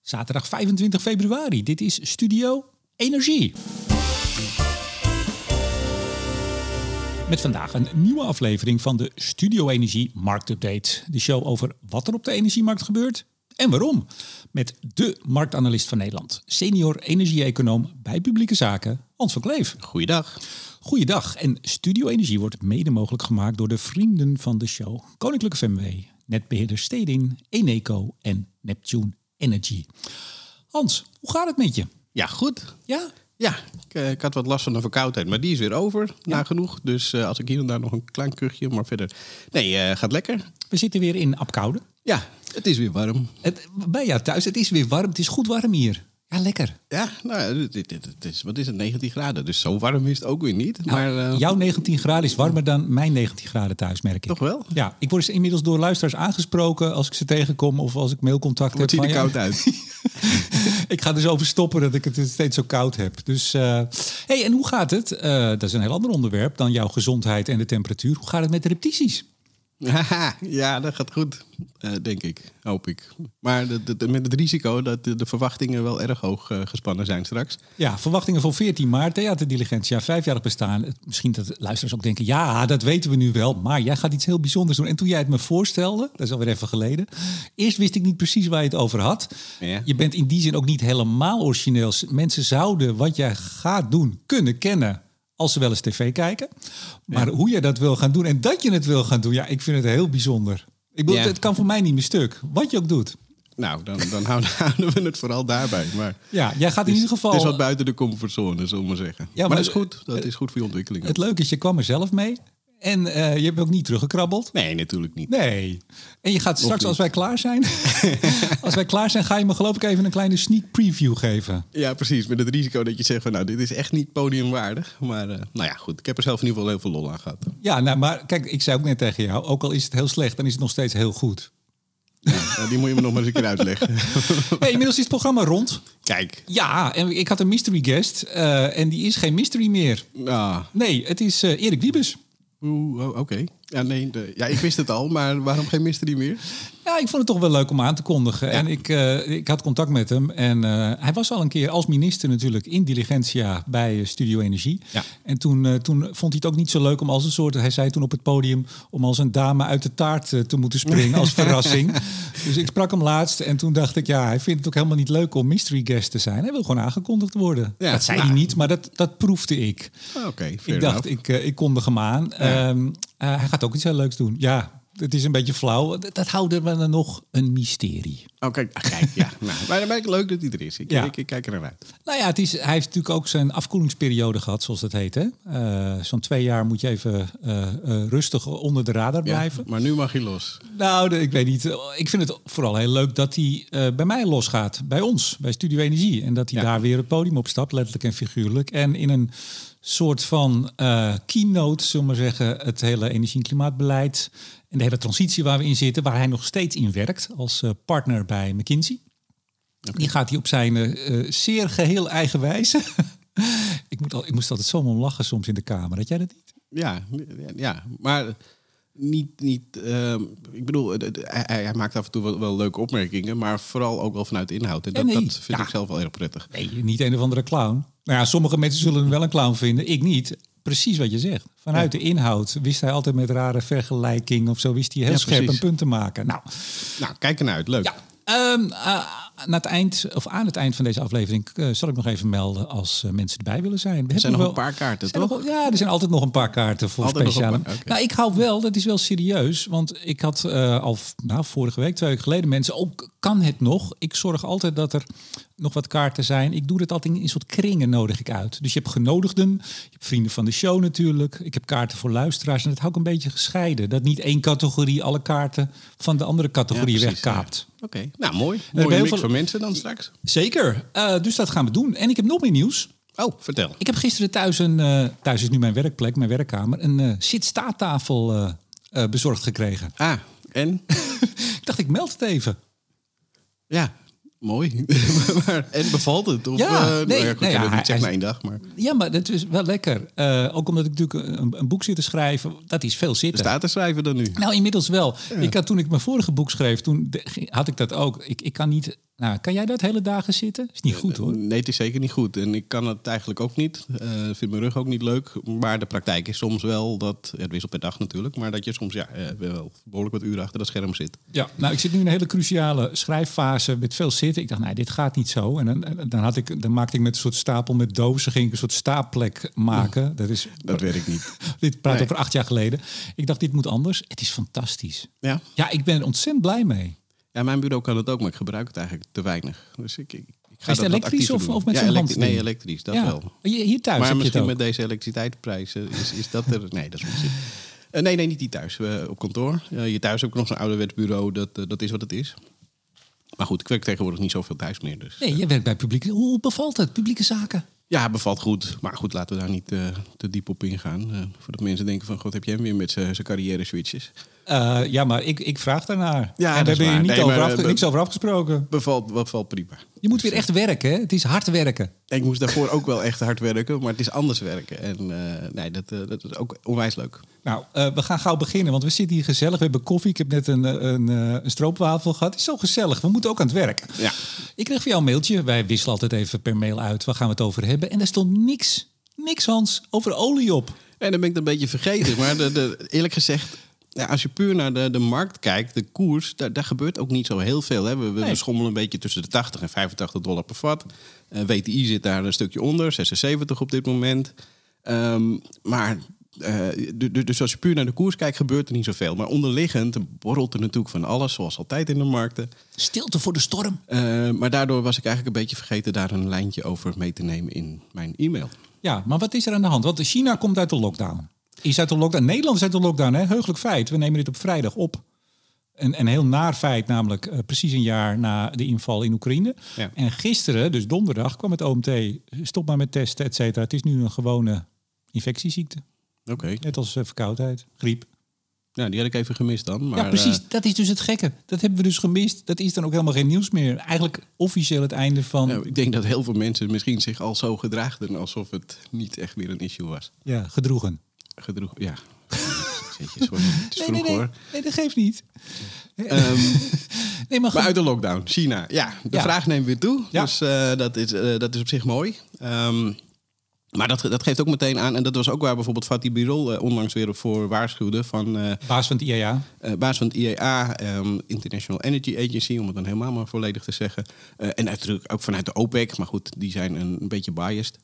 Zaterdag 25 februari. Dit is Studio Energie. Met vandaag een nieuwe aflevering van de Studio Energie Marktupdate. De show over wat er op de energiemarkt gebeurt en waarom. Met de marktanalist van Nederland, senior energie-econoom bij Publieke Zaken, Hans van Kleef. Goeiedag. Goeiedag. En Studio Energie wordt mede mogelijk gemaakt door de vrienden van de show. Koninklijke FMW, Netbeheerder Stedin, Eneco en Neptune Energy. Hans, hoe gaat het met je? Ja, goed. Ja? Ja, ik had wat last van een verkoudheid, maar die is weer over, nagenoeg. Dus als ik hier en daar nog een klein kuchje, maar verder... Nee, gaat lekker. We zitten weer in Apkoude. Ja, het is weer warm. Bij jou thuis, het is weer warm. Het is goed warm hier. Ja, lekker. Ja, nou, het is, wat is het, 19 graden. Dus zo warm is het ook weer niet. Nou, maar, jouw 19 graden is warmer dan mijn 19 graden thuis, merk ik. Toch wel? Ja, ik word inmiddels door luisteraars aangesproken als ik ze tegenkom of als ik mailcontact heb. Het ziet er koud uit. Ik ga dus overstoppen dat ik het steeds zo koud heb. Dus, hey, en hoe gaat het? Dat is een heel ander onderwerp dan jouw gezondheid en de temperatuur. Hoe gaat het met de repetities? Ja, dat gaat goed, denk ik, hoop ik. Maar met het risico dat de verwachtingen wel erg hoog gespannen zijn straks. Ja, verwachtingen voor 14 maart, Theaterdiligentia, 5-jarig bestaan. Misschien dat luisteraars ook denken, ja, dat weten we nu wel. Maar jij gaat iets heel bijzonders doen. En toen jij het me voorstelde, dat is alweer even geleden. Eerst wist ik niet precies waar je het over had. Ja. Je bent in die zin ook niet helemaal origineel. Mensen zouden wat jij gaat doen kunnen kennen als ze wel eens tv kijken. Maar hoe je dat wil gaan doen en dat je het wil gaan doen, ja, ik vind het heel bijzonder. Ik bedoel, het kan voor mij niet meer stuk. Wat je ook doet. Nou, dan houden we het vooral daarbij. Maar ja, jij gaat in ieder geval... Het is wat buiten de comfortzone, zullen we maar zeggen. Ja, maar dat is goed. Dat is goed voor je ontwikkeling. Het leuke is, je kwam er zelf mee. En je hebt ook niet teruggekrabbeld. Nee, natuurlijk niet. Nee. En je gaat straks, als wij klaar zijn... ga je me geloof ik even een kleine sneak preview geven. Ja, precies. Met het risico dat je zegt van, nou, dit is echt niet podiumwaardig. Maar nou ja, goed. Ik heb er zelf in ieder geval heel veel lol aan gehad. Ja, nou, maar kijk, ik zei ook net tegen jou, ook al is het heel slecht, dan is het nog steeds heel goed. Ja, die moet je me nog maar eens een keer uitleggen. Hey, inmiddels is het programma rond. Kijk. Ja, en ik had een mystery guest. En die is geen mystery meer. Ah. Nee, het is Erik Wiebes. Oké. Ja, nee, ik wist het al, maar waarom geen mystery meer? Ja, ik vond het toch wel leuk om aan te kondigen. Ja. En ik had contact met hem. En hij was al een keer als minister natuurlijk in Diligentia bij Studio Energie. Ja. En toen vond hij het ook niet zo leuk om als een soort... Hij zei toen op het podium om als een dame uit de taart te moeten springen als verrassing. Dus ik sprak hem laatst en toen dacht ik... ja, hij vindt het ook helemaal niet leuk om mystery guest te zijn. Hij wil gewoon aangekondigd worden. Ja, dat zei hij niet, maar dat proefde ik. Oké, ik dacht, ik kondig hem aan. Ja. Hij gaat ook iets heel leuks doen. Ja, het is een beetje flauw. Dat houden we dan nog een mysterie. Oh, kijk, ja. Nou, maar dan ben ik leuk dat hij er is. Ik kijk er naar uit. Nou ja, hij heeft natuurlijk ook zijn afkoelingsperiode gehad, zoals dat heet. Hè? Zo'n 2 jaar moet je even rustig onder de radar blijven. Ja, maar nu mag hij los. Nou, ik weet niet. Ik vind het vooral heel leuk dat hij bij mij losgaat. Bij ons, bij Studio Energie. En dat hij daar weer het podium op stapt, letterlijk en figuurlijk. En in een soort van keynote, zullen we maar zeggen, het hele energie- en klimaatbeleid en de hele transitie waar we in zitten, waar hij nog steeds in werkt als partner bij McKinsey. Okay. Die gaat hij op zijn zeer geheel eigen wijze. Ik moest altijd zo om lachen soms in de kamer. Had jij dat niet? Ja, maar niet ik bedoel, hij maakt af en toe wel leuke opmerkingen, maar vooral ook wel vanuit de inhoud. En dat vind ik zelf wel erg prettig. Nee, niet een of andere clown. Nou ja, sommige mensen zullen hem wel een clown vinden. Ik niet. Precies wat je zegt. Vanuit de inhoud wist hij altijd met rare vergelijking of zo. Wist hij heel scherp een punt te maken. Nou, kijk ernaar uit. Leuk. Ja. Aan het eind van deze aflevering zal ik nog even melden als mensen erbij willen zijn. Er zijn nog een paar kaarten, toch? Er zijn altijd nog een paar kaarten voor speciale. Okay. Nou, ik hou wel, dat is wel serieus. Want ik had vorige week, 2 weken geleden mensen... kan het nog? Ik zorg altijd dat er nog wat kaarten zijn. Ik doe het altijd in een soort kringen, nodig ik uit. Dus je hebt genodigden, je hebt vrienden van de show natuurlijk. Ik heb kaarten voor luisteraars. En dat hou ik een beetje gescheiden. Dat niet één categorie alle kaarten van de andere categorie wegkaapt. Ja. Oké, nou mooi. Mooie mix van mensen dan straks. Zeker. Dus dat gaan we doen. En ik heb nog meer nieuws. Oh, vertel. Ik heb gisteren thuis is nu mijn werkplek, mijn werkkamer, een zit-staattafel bezorgd gekregen. En? Ik dacht, ik meld het even. Ja, mooi. En bevalt het? Of, niet zeg maar 1 dag. Maar... Ja, maar dat is wel lekker. Ook omdat ik natuurlijk een boek zit te schrijven. Dat is veel zitten. Staat te schrijven dan nu? Nou, inmiddels wel. Ja. Toen ik mijn vorige boek schreef, toen had ik dat ook. Ik kan niet Nou, kan jij dat hele dagen zitten? Is niet goed hoor. Nee, het is zeker niet goed. En ik kan het eigenlijk ook niet. Vind mijn rug ook niet leuk. Maar de praktijk is soms wel dat... Het wisselt per dag natuurlijk. Maar dat je soms wel behoorlijk wat uren achter dat scherm zit. Ja, nou ik zit nu in een hele cruciale schrijffase met veel zitten. Ik dacht, nee, dit gaat niet zo. En dan maakte ik met een soort stapel met dozen... ging ik een soort staapplek maken. Dat werkt niet. Dit praat over 8 jaar geleden. Ik dacht, dit moet anders. Het is fantastisch. Ja? Ja, ik ben er ontzettend blij mee. Ja, mijn bureau kan het ook, maar ik gebruik het eigenlijk te weinig. Dus ik ga is het elektrisch of met zo'n hand? Nee, elektrisch, dat wel. Hier thuis maar heb misschien je het met deze elektriciteitsprijzen is dat er... Nee, dat is onzin. Nee, niet die thuis. Op kantoor. Hier thuis heb ik nog zo'n ouderwets bureau. Dat is wat het is. Maar goed, ik werk tegenwoordig niet zoveel thuis meer. Dus. Nee, je werkt bij publieke... Hoe bevalt het? Publieke zaken? Ja, bevalt goed. Maar goed, laten we daar niet te diep op ingaan. Voordat mensen denken van... God, heb je hem weer met zijn carrière switches? Ja, maar ik vraag daarnaar. Ja, en daar ben je niet niks over afgesproken. Bevalt prima. Je moet weer echt werken, hè? Het is hard werken. Ik moest daarvoor ook wel echt hard werken, maar het is anders werken. En dat is ook onwijs leuk. Nou, we gaan gauw beginnen, want we zitten hier gezellig. We hebben koffie. Ik heb net een stroopwafel gehad. Het is zo gezellig. We moeten ook aan het werk. Ja. Ik kreeg van jou een mailtje. Wij wisselen altijd even per mail uit. Waar gaan we het over hebben? En daar stond niks, Hans, over olie op. En dan ben ik het een beetje vergeten. Maar eerlijk gezegd... Ja, als je puur naar de markt kijkt, de koers, daar gebeurt ook niet zo heel veel. Hè. We schommelen een beetje tussen de $80 en $85 per vat. WTI zit daar een stukje onder, 76 op dit moment. Dus als je puur naar de koers kijkt, gebeurt er niet zoveel. Maar onderliggend borrelt er natuurlijk van alles, zoals altijd in de markten. Stilte voor de storm. Maar daardoor was ik eigenlijk een beetje vergeten daar een lijntje over mee te nemen in mijn e-mail. Ja, maar wat is er aan de hand? Want China komt uit de lockdown. Is uit de lockdown. Nederland is uit de lockdown, hè? Heugelijk feit. We nemen dit op vrijdag op. Een heel naar feit, namelijk precies een jaar na de inval in Oekraïne. Ja. En gisteren, dus donderdag, kwam het OMT. Stop maar met testen, et cetera. Het is nu een gewone infectieziekte. Oké. Net als verkoudheid, griep. Ja, die had ik even gemist dan. Maar, ja, precies. Dat is dus het gekke. Dat hebben we dus gemist. Dat is dan ook helemaal geen nieuws meer. Eigenlijk officieel het einde van... Nou, ik denk dat heel veel mensen misschien zich al zo gedraagden alsof het niet echt meer een issue was. Ja, gedroegen. Ja. Sorry, het is vroeg hoor. Nee, dat geeft niet. Maar uit de lockdown, China. Ja, de vraag neemt weer toe. Ja. Dus dat is op zich mooi. Maar dat geeft ook meteen aan, en dat was ook waar bijvoorbeeld Fatih Birol onlangs weer voor waarschuwde. Baas van het IEA. Baas van het IEA, International Energy Agency, om het dan helemaal maar volledig te zeggen. En natuurlijk ook vanuit de OPEC, maar goed, die zijn een beetje biased.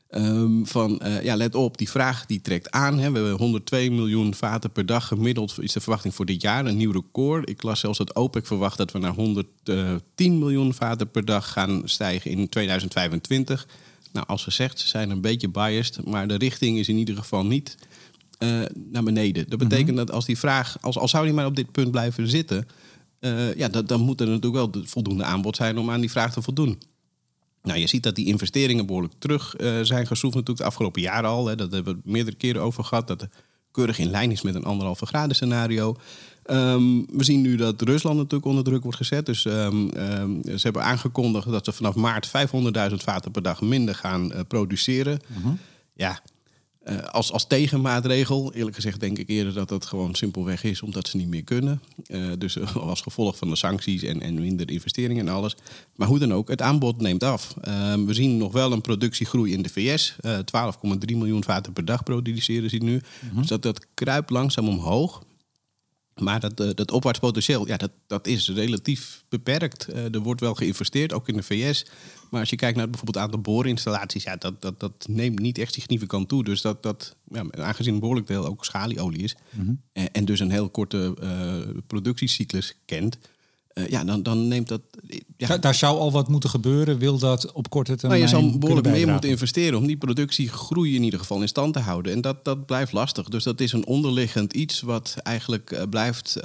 Let op, die vraag die trekt aan. Hè. We hebben 102 miljoen vaten per dag gemiddeld, is de verwachting voor dit jaar. Een nieuw record. Ik las zelfs dat OPEC verwacht dat we naar 110 miljoen vaten per dag gaan stijgen in 2025. Nou, als gezegd, ze zijn een beetje biased, maar de richting is in ieder geval niet naar beneden. Dat betekent dat als die vraag, als zou die maar op dit punt blijven zitten, dan moet er natuurlijk wel voldoende aanbod zijn om aan die vraag te voldoen. Nou, je ziet dat die investeringen behoorlijk terug zijn geschroefd natuurlijk de afgelopen jaren al. Hè. Dat hebben we meerdere keren over gehad. Dat keurig in lijn is met een 1,5 graden scenario. We zien nu dat Rusland natuurlijk onder druk wordt gezet. Dus ze hebben aangekondigd dat ze vanaf maart 500.000 vaten per dag minder gaan produceren. Ja, als tegenmaatregel, eerlijk gezegd denk ik eerder dat dat gewoon simpelweg is omdat ze niet meer kunnen. Dus als gevolg van de sancties en minder investeringen en alles. Maar hoe dan ook, het aanbod neemt af. We zien nog wel een productiegroei in de VS. 12,3 miljoen vaten per dag produceren ze nu. Dus dat kruipt langzaam omhoog. Maar dat opwaarts potentieel, dat is relatief beperkt. Er wordt wel geïnvesteerd, ook in de VS. Maar als je kijkt naar bijvoorbeeld het aantal boorinstallaties, dat neemt niet echt significant toe. Dus aangezien een behoorlijk deel ook schalieolie is, en dus een heel korte productiecyclus kent, dan neemt dat... Ja. Daar zou al wat moeten gebeuren, wil dat op korte termijn. Je zou behoorlijk meer moeten investeren om die productiegroei in ieder geval in stand te houden. En dat blijft lastig. Dus dat is een onderliggend iets wat eigenlijk blijft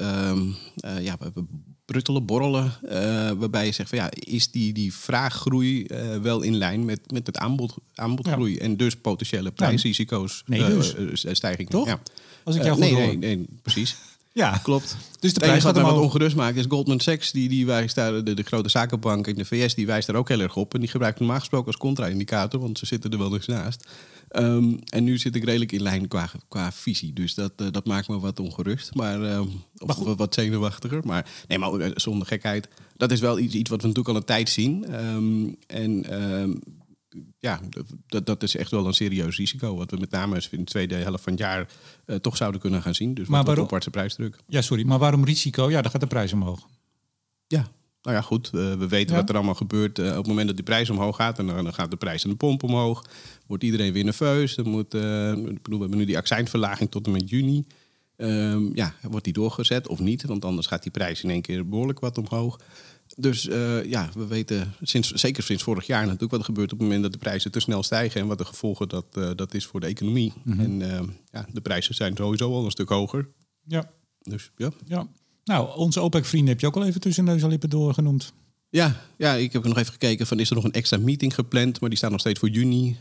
pruttelen, borrelen. Waarbij je zegt van is die vraaggroei wel in lijn met het aanbodgroei. Ja. En dus potentiële prijsrisico's, stijgingen. Toch? Ja. Als ik jou goed hoor. Nee, precies. Ja, klopt. Dus de Het enige prijs wat gaat mij wat omhoog. ongerust maakt is Goldman Sachs. Die wijst daar, de grote zakenbank in de VS, die wijst daar ook heel erg op. En die gebruikt normaal gesproken als contra-indicator, want ze zitten er wel eens naast. En nu zit ik redelijk in lijn qua visie. Dus dat maakt me wat ongerust. Maar wat zenuwachtiger. Maar zonder gekheid. Dat is wel iets wat we natuurlijk al een tijd zien. Dat is echt wel een serieus risico. Wat we met name in de tweede helft van het jaar toch zouden kunnen gaan zien. Dus wat opwaartse prijsdruk. Ja, sorry. Maar waarom risico? Ja, dan gaat de prijs omhoog. Ja, nou ja, goed. We weten wat er allemaal gebeurt op het moment dat die prijs omhoog gaat. En dan gaat de prijs aan de pomp omhoog. Wordt iedereen weer nerveus. We hebben nu die accijnsverlaging tot en met juni. Wordt die doorgezet of niet? Want anders gaat die prijs in één keer behoorlijk wat omhoog. Dus we weten zeker sinds vorig jaar natuurlijk wat er gebeurt op het moment dat de prijzen te snel stijgen. En wat de gevolgen dat is voor de economie. Mm-hmm. En de prijzen zijn sowieso al een stuk hoger. Ja. Dus ja. Nou, onze OPEC-vrienden heb je ook al even tussen neus en lippen doorgenoemd. Ja, ik heb nog even gekeken van is er nog een extra meeting gepland, maar die staat nog steeds voor juni.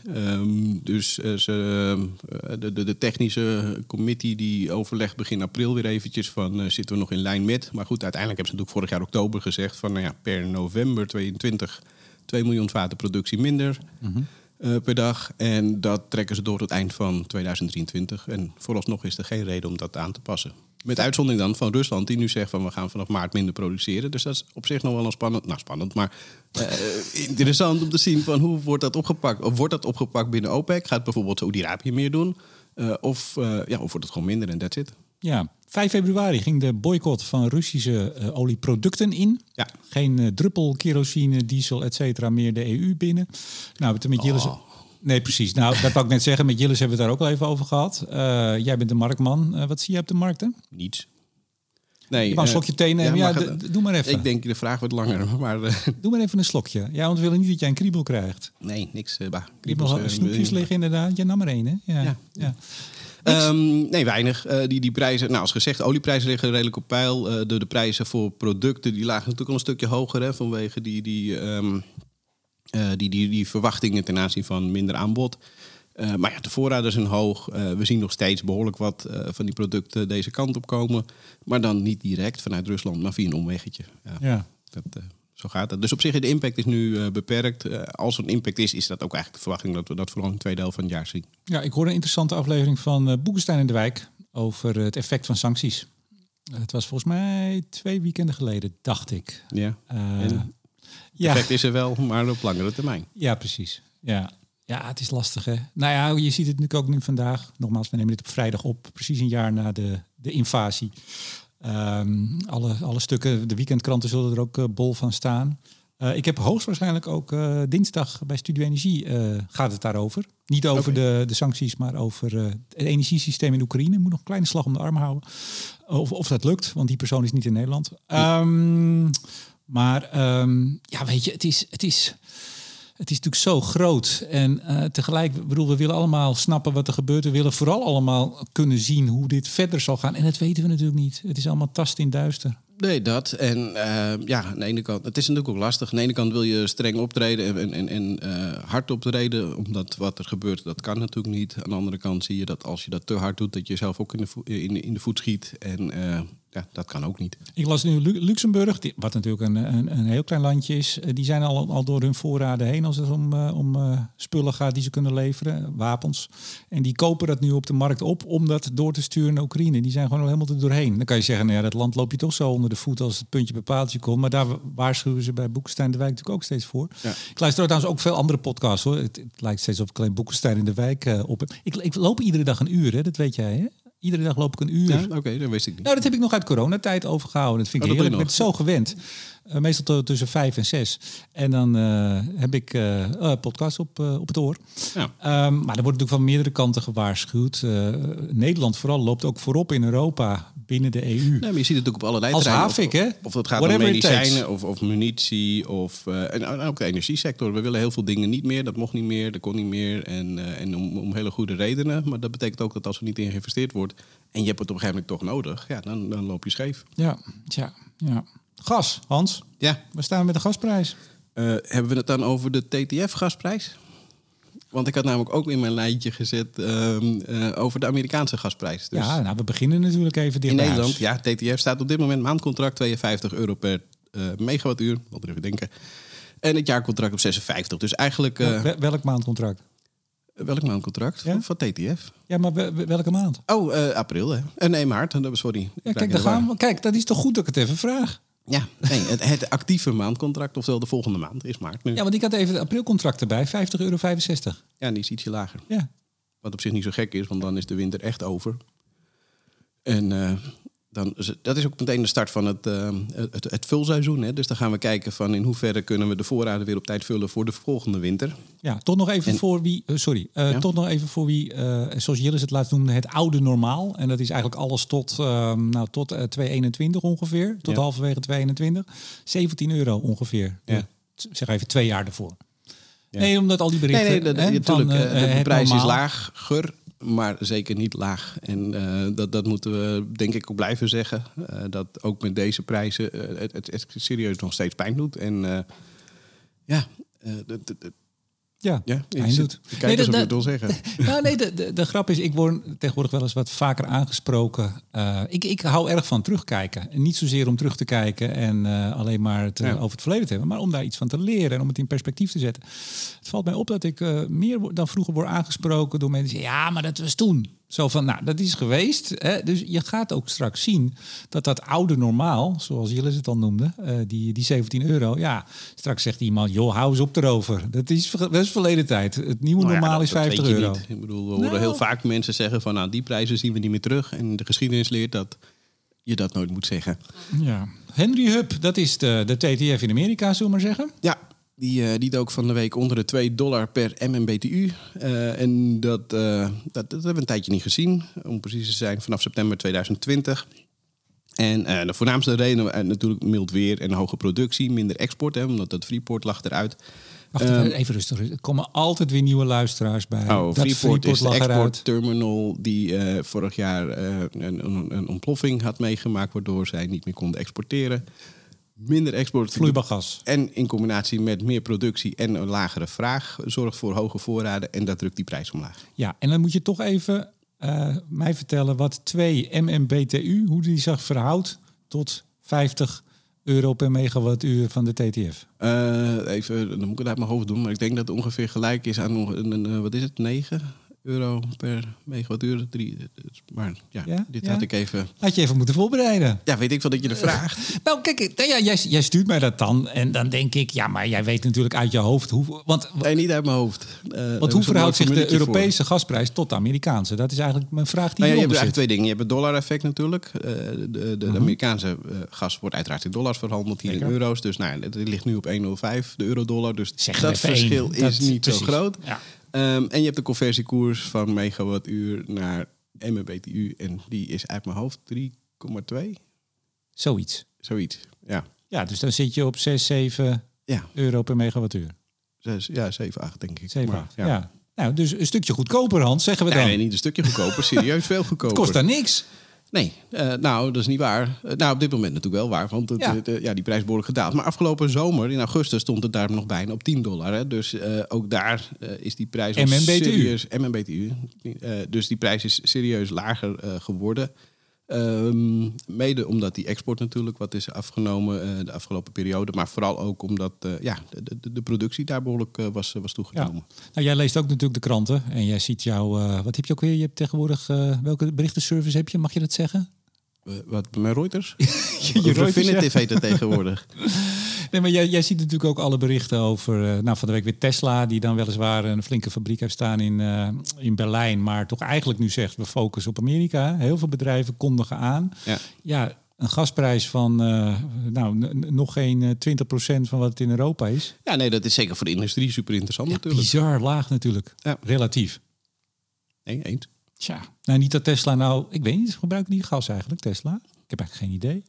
De technische committee die overlegt begin april weer eventjes van zitten we nog in lijn met. Maar goed, uiteindelijk hebben ze natuurlijk vorig jaar oktober gezegd van per november 2022 2 miljoen vaten productie minder per dag. En dat trekken ze door tot eind van 2023. En vooralsnog is er geen reden om dat aan te passen. Met uitzondering dan van Rusland, die nu zegt van we gaan vanaf maart minder produceren. Dus dat is op zich nog wel een spannend, maar interessant om te zien van hoe wordt dat opgepakt. Of wordt dat opgepakt binnen OPEC? Gaat bijvoorbeeld Saudi-Arabië meer doen? Of wordt het gewoon minder en that's it? Ja, 5 februari ging de boycott van Russische olieproducten in. Ja. Geen druppel kerosine, diesel, et cetera meer de EU binnen. Nou, met Jillis... Nee, precies. Nou, dat wou ik net zeggen. Met Jillis hebben we het daar ook al even over gehad. Jij bent de marktman. Wat zie je op de markten? Niets. Nee, je mag een slokje thee nemen. Doe maar even. Ik denk, de vraag wordt langer. Maar, Doe maar even een slokje. Ja, want we willen niet dat jij een kriebel krijgt. Nee, niks. Snoepjes liggen inderdaad. Ja, nam maar één, hè? Ja. Weinig. Die prijzen, nou als gezegd, olieprijzen liggen redelijk op peil. De prijzen voor producten die lagen natuurlijk al een stukje hoger, hè, vanwege die verwachtingen ten aanzien van minder aanbod. Maar de voorraden zijn hoog. We zien nog steeds behoorlijk wat van die producten deze kant op komen. Maar dan niet direct vanuit Rusland, maar via een omweggetje. Zo gaat het. Dus op zich, de impact is nu beperkt. Als er een impact is dat ook eigenlijk de verwachting dat we dat vooral in de tweede helft van het jaar zien. Ja, ik hoorde een interessante aflevering van Boekenstein en de Wijk over het effect van sancties. Het was volgens mij 2 weekenden geleden, dacht ik. Ja. Het effect is er wel, maar op langere termijn. Ja, precies. Ja, het is lastig, hè. Nou ja, je ziet het natuurlijk ook nu vandaag. Nogmaals, we nemen dit op vrijdag op. Precies een jaar na de invasie. Alle stukken, de weekendkranten zullen er ook bol van staan. Ik heb hoogstwaarschijnlijk ook dinsdag bij Studio Energie gaat het daarover. Niet over de sancties, maar over het energiesysteem in Oekraïne. Moet nog een kleine slag om de arm houden. Of dat lukt, want die persoon is niet in Nederland. Weet je, het is natuurlijk zo groot. En tegelijk, we willen allemaal snappen wat er gebeurt. We willen vooral allemaal kunnen zien hoe dit verder zal gaan. En dat weten we natuurlijk niet. Het is allemaal tast in duister. Nee, dat. En aan de ene kant, het is natuurlijk ook lastig. Aan de ene kant wil je streng optreden en hard optreden, omdat wat er gebeurt, dat kan natuurlijk niet. Aan de andere kant zie je dat als je dat te hard doet, dat je zelf ook in de voet schiet. En dat kan ook niet. Ik las nu Luxemburg, wat natuurlijk een heel klein landje is. Die zijn al door hun voorraden heen als het om spullen gaat die ze kunnen leveren, wapens. En die kopen dat nu op de markt op om dat door te sturen naar Oekraïne. Die zijn gewoon al helemaal er doorheen. Dan kan je zeggen, dat land loop je toch zo onder de voet als het puntje bij paaltje komt. Maar daar waarschuwen ze bij Boekenstein de Wijk natuurlijk ook steeds voor. Ja. Ik luister trouwens ook veel andere podcasts, hoor. Het lijkt steeds of ik alleen Boekenstein in de Wijk op heb. Ik loop iedere dag een uur, hè? Dat weet jij, hè? Iedere dag loop ik een uur. Ja, oké, dat wist ik niet. Nou, dat heb ik nog uit coronatijd overgehouden. Dat vind ik heerlijk. Ik ben het zo gewend. Meestal tussen 5 en 6. En dan heb ik podcast op het oor. Ja. Maar er wordt natuurlijk van meerdere kanten gewaarschuwd. Nederland vooral loopt ook voorop in Europa binnen de EU. Nee, maar je ziet het ook op allerlei als terreinen. Havik, hè? Of dat gaat om medicijnen of munitie. En ook de energiesector. We willen heel veel dingen niet meer. Dat mocht niet meer, dat kon niet meer. En om hele goede redenen. Maar dat betekent ook dat als er niet in geïnvesteerd wordt en je hebt het op een gegeven moment toch nodig, dan loop je scheef. Ja. Gas, Hans. Ja. Waar staan we met de gasprijs? Hebben we het dan over de TTF-gasprijs? Want ik had namelijk ook in mijn lijntje gezet over de Amerikaanse gasprijs. Dus Ja, nou, we beginnen natuurlijk even dicht in bij Nederland, huis. ja, TTF staat op dit moment maandcontract €52 per megawattuur. Wat er even denken. En het jaarcontract op 56. Dus eigenlijk... Welk maandcontract? welk maandcontract? Ja? Van TTF. Ja, maar welke maand? Oh, april, hè? Nee, maart. Sorry. Ja, kijk, dat is toch goed dat ik het even vraag. Ja, nee, het actieve maandcontract, oftewel de volgende maand, is maart nu. Ja, want ik had even het aprilcontract erbij, €50,65. Ja, die is ietsje lager. Ja. Wat op zich niet zo gek is, want dan is de winter echt over. En dat is ook meteen de start van het vulseizoen. Hè? Dus dan gaan we kijken van in hoeverre kunnen we de voorraden weer op tijd vullen voor de volgende winter. Ja, toch nog even voor wie, toch nog even voor wie, zoals Jillis het laatst noemde, het oude normaal. En dat is eigenlijk alles tot 2021 ongeveer, tot halverwege 2021. €17 ongeveer. Ja. Zeg even 2 jaar ervoor. Ja. Nee, omdat al die berichten... Natuurlijk, de prijs normaal. is lager, maar zeker niet laag. En dat moeten we denk ik ook blijven zeggen. Dat ook met deze prijzen het serieus nog steeds pijn doet. En pijn doet. Kijk eens of je het wil zeggen. Nou, nee, de grap is, ik word tegenwoordig wel eens wat vaker aangesproken. Ik hou erg van terugkijken. En niet zozeer om terug te kijken en alleen maar over het verleden te hebben, maar om daar iets van te leren en om het in perspectief te zetten. Het valt mij op dat ik meer dan vroeger word aangesproken door mensen die zeggen, ja, maar dat was toen. Zo van, nou, dat is geweest. Hè? Dus je gaat ook straks zien dat oude normaal, zoals Jillis het al noemde, die €17. Ja, straks zegt iemand, joh, hou eens op erover. Dat is verleden tijd. Het nieuwe normaal is €50. Weet je niet. Ik bedoel, we horen heel vaak mensen zeggen van, nou, die prijzen zien we niet meer terug. En de geschiedenis leert dat je dat nooit moet zeggen. Ja. Henry Hub, dat is de TTF in Amerika, zullen we maar zeggen. Ja. Die dook van de week onder de $2 per MMBTU. En dat hebben we een tijdje niet gezien. Om precies te zijn, vanaf september 2020. En de voornaamste reden natuurlijk mild weer en hoge productie. Minder export, hè, omdat dat Freeport lag eruit. Wacht even rustig. Er komen altijd weer nieuwe luisteraars bij. Freeport is de exportterminal die vorig jaar een ontploffing had meegemaakt, waardoor zij niet meer konden exporteren. Minder export. Vloeibaar gas. En in combinatie met meer productie en een lagere vraag zorgt voor hoge voorraden en dat drukt die prijs omlaag. Ja, en dan moet je toch even mij vertellen wat 2 MMBTU, hoe die zich verhoudt tot €50 per megawattuur van de TTF. Even, dan moet ik het uit mijn hoofd doen, maar ik denk dat het ongeveer gelijk is aan wat is het, €9 per megawattuur. Maar dit had ik even... Had je even moeten voorbereiden. Ja, weet ik wel dat je er vraagt. Nou, kijk, jij stuurt mij dat dan. En dan denk ik, ja, maar jij weet natuurlijk uit je hoofd hoe... Nee, niet uit mijn hoofd. Want hoe verhoudt zich de Europese gasprijs tot de Amerikaanse? Dat is eigenlijk mijn vraag die je hebt hieronder eigenlijk zit. 2 dingen. Je hebt het dollar-effect natuurlijk. De Amerikaanse gas wordt uiteraard in dollars verhandeld, hier in euro's. Dus het ligt nu op 1,05, de euro-dollar. Dus dat verschil is niet zo groot. Ja. En je hebt de conversiekoers van megawattuur naar MMBTU. En die is uit mijn hoofd 3,2. Zoiets, ja. Ja, dus dan zit je op 6, 7 euro per megawattuur. 7, 8 denk ik. 7, 8, ja. Nou, dus een stukje goedkoper, Hans, zeggen we dan. Nee, niet een stukje goedkoper. Serieus veel goedkoper. Het kost daar niks. Nee, dat is niet waar. Op dit moment natuurlijk wel waar, want die prijs is behoorlijk gedaald. Maar afgelopen zomer, in augustus, stond het daar nog bijna op $10. Hè. Dus ook daar is die prijs serieus... MMBTU. Dus die prijs is serieus lager geworden. Mede omdat die export natuurlijk wat is afgenomen de afgelopen periode. Maar vooral ook omdat de productie daar behoorlijk was toegenomen. Ja. Nou, jij leest ook natuurlijk de kranten. En jij ziet wat heb je ook weer? Je hebt tegenwoordig... welke berichtenservice heb je? Mag je dat zeggen? Wat, bij Reuters? je Refinitiv heet het tegenwoordig. Nee, maar jij ziet natuurlijk ook alle berichten over... van de week weer Tesla, die dan weliswaar een flinke fabriek heeft staan in Berlijn. Maar toch eigenlijk nu zegt, we focussen op Amerika. Heel veel bedrijven kondigen aan. Ja, een gasprijs van nog geen 20% van wat het in Europa is. Ja, nee, dat is zeker voor de industrie super interessant natuurlijk. Bizar laag natuurlijk, relatief. Nee, eens. Tja, nou niet dat Tesla nou... Ik weet niet, gebruiken die gas eigenlijk, Tesla? Ik heb eigenlijk geen idee.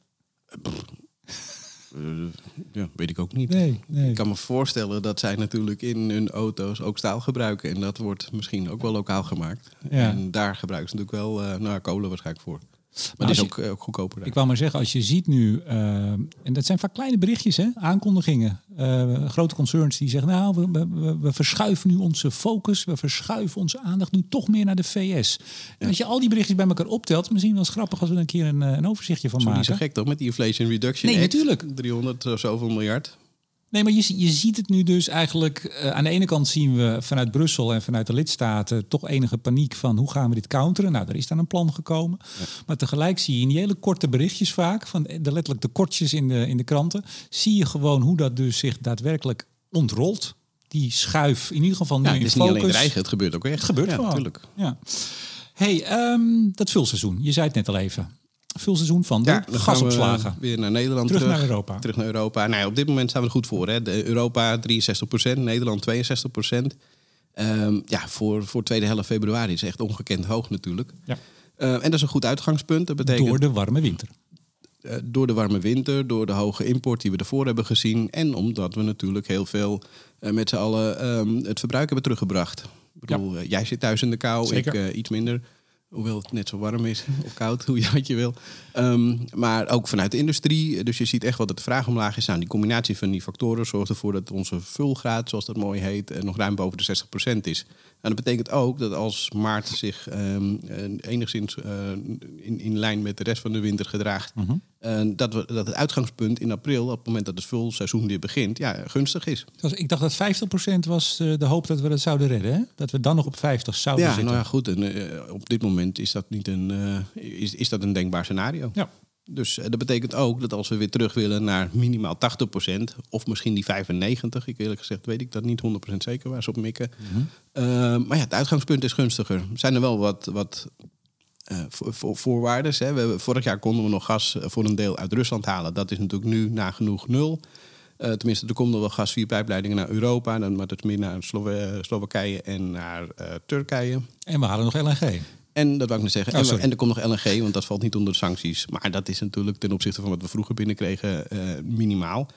Weet ik ook niet. Nee. Ik kan me voorstellen dat zij natuurlijk in hun auto's ook staal gebruiken. En dat wordt misschien ook wel lokaal gemaakt. Ja. En daar gebruiken ze natuurlijk wel kolen waarschijnlijk voor. Maar het is ook goedkoper. Ik wou maar zeggen, als je ziet nu, en dat zijn vaak kleine berichtjes, hè, aankondigingen. Grote concerns die zeggen, nou, we verschuiven nu onze focus, we verschuiven onze aandacht nu toch meer naar de VS. En als je al die berichtjes bij elkaar optelt, misschien wel eens grappig als we er een keer een overzichtje van maken. Niet zo gek toch, met die Inflation Reduction Act, natuurlijk. 300 of zoveel miljard. Nee, maar je ziet het nu dus eigenlijk... aan de ene kant zien we vanuit Brussel en vanuit de lidstaten... toch enige paniek van hoe gaan we dit counteren. Nou, er is dan een plan gekomen. Ja. Maar tegelijk zie je in die hele korte berichtjes vaak... van letterlijk de kortjes in de kranten... zie je gewoon hoe dat dus zich daadwerkelijk ontrolt. Die schuif in ieder geval nu in focus. Het is niet alleen dreigen, het gebeurt ook echt. Het gebeurt gewoon. Natuurlijk. Ja. Hey, dat vulseizoen. Je zei het net al even. Vulseizoen van de gasopslagen. Weer naar Nederland terug naar Europa. Terug naar Europa. Nou ja, op dit moment staan we er goed voor. Hè. Europa 63%, Nederland 62%. Voor tweede helft februari is echt ongekend hoog natuurlijk. Ja. En dat is een goed uitgangspunt. Dat betekent, door de warme winter. Door de warme winter, door de hoge import die we ervoor hebben gezien. En omdat we natuurlijk heel veel met z'n allen het verbruik hebben teruggebracht. Ik bedoel, jij zit thuis in de kou, ik iets minder. Hoewel het net zo warm is of koud, wat je wil. Maar ook vanuit de industrie. Dus je ziet echt wat de vraag omlaag is. Nou, die combinatie van die factoren zorgt ervoor dat onze vulgraad, zoals dat mooi heet, nog ruim boven de 60% is. En dat betekent ook dat als maart zich enigszins in lijn met de rest van de winter gedraagt... Dat het uitgangspunt in april, op het moment dat het vulseizoen weer begint, gunstig is. Ik dacht dat 50% was de hoop dat we dat zouden redden. Hè? Dat we dan nog op 50 zouden zitten. Nou ja, goed. En, op dit moment is dat niet is dat een denkbaar scenario. Ja. Dus dat betekent ook dat als we weer terug willen naar minimaal 80%... of misschien die 95%, eerlijk gezegd weet ik dat niet 100% zeker waar ze op mikken. Maar het uitgangspunt is gunstiger. Er zijn er wel wat voorwaarden. Vorig jaar konden we nog gas voor een deel uit Rusland halen. Dat is natuurlijk nu nagenoeg nul. Tenminste, er komt nog wel gas via pijpleidingen naar Europa. Maar dat is meer naar Slowakije en naar Turkije. En we halen nog LNG. En dat wou ik net zeggen. En er komt nog LNG, want dat valt niet onder de sancties. Maar dat is natuurlijk ten opzichte van wat we vroeger binnenkregen minimaal.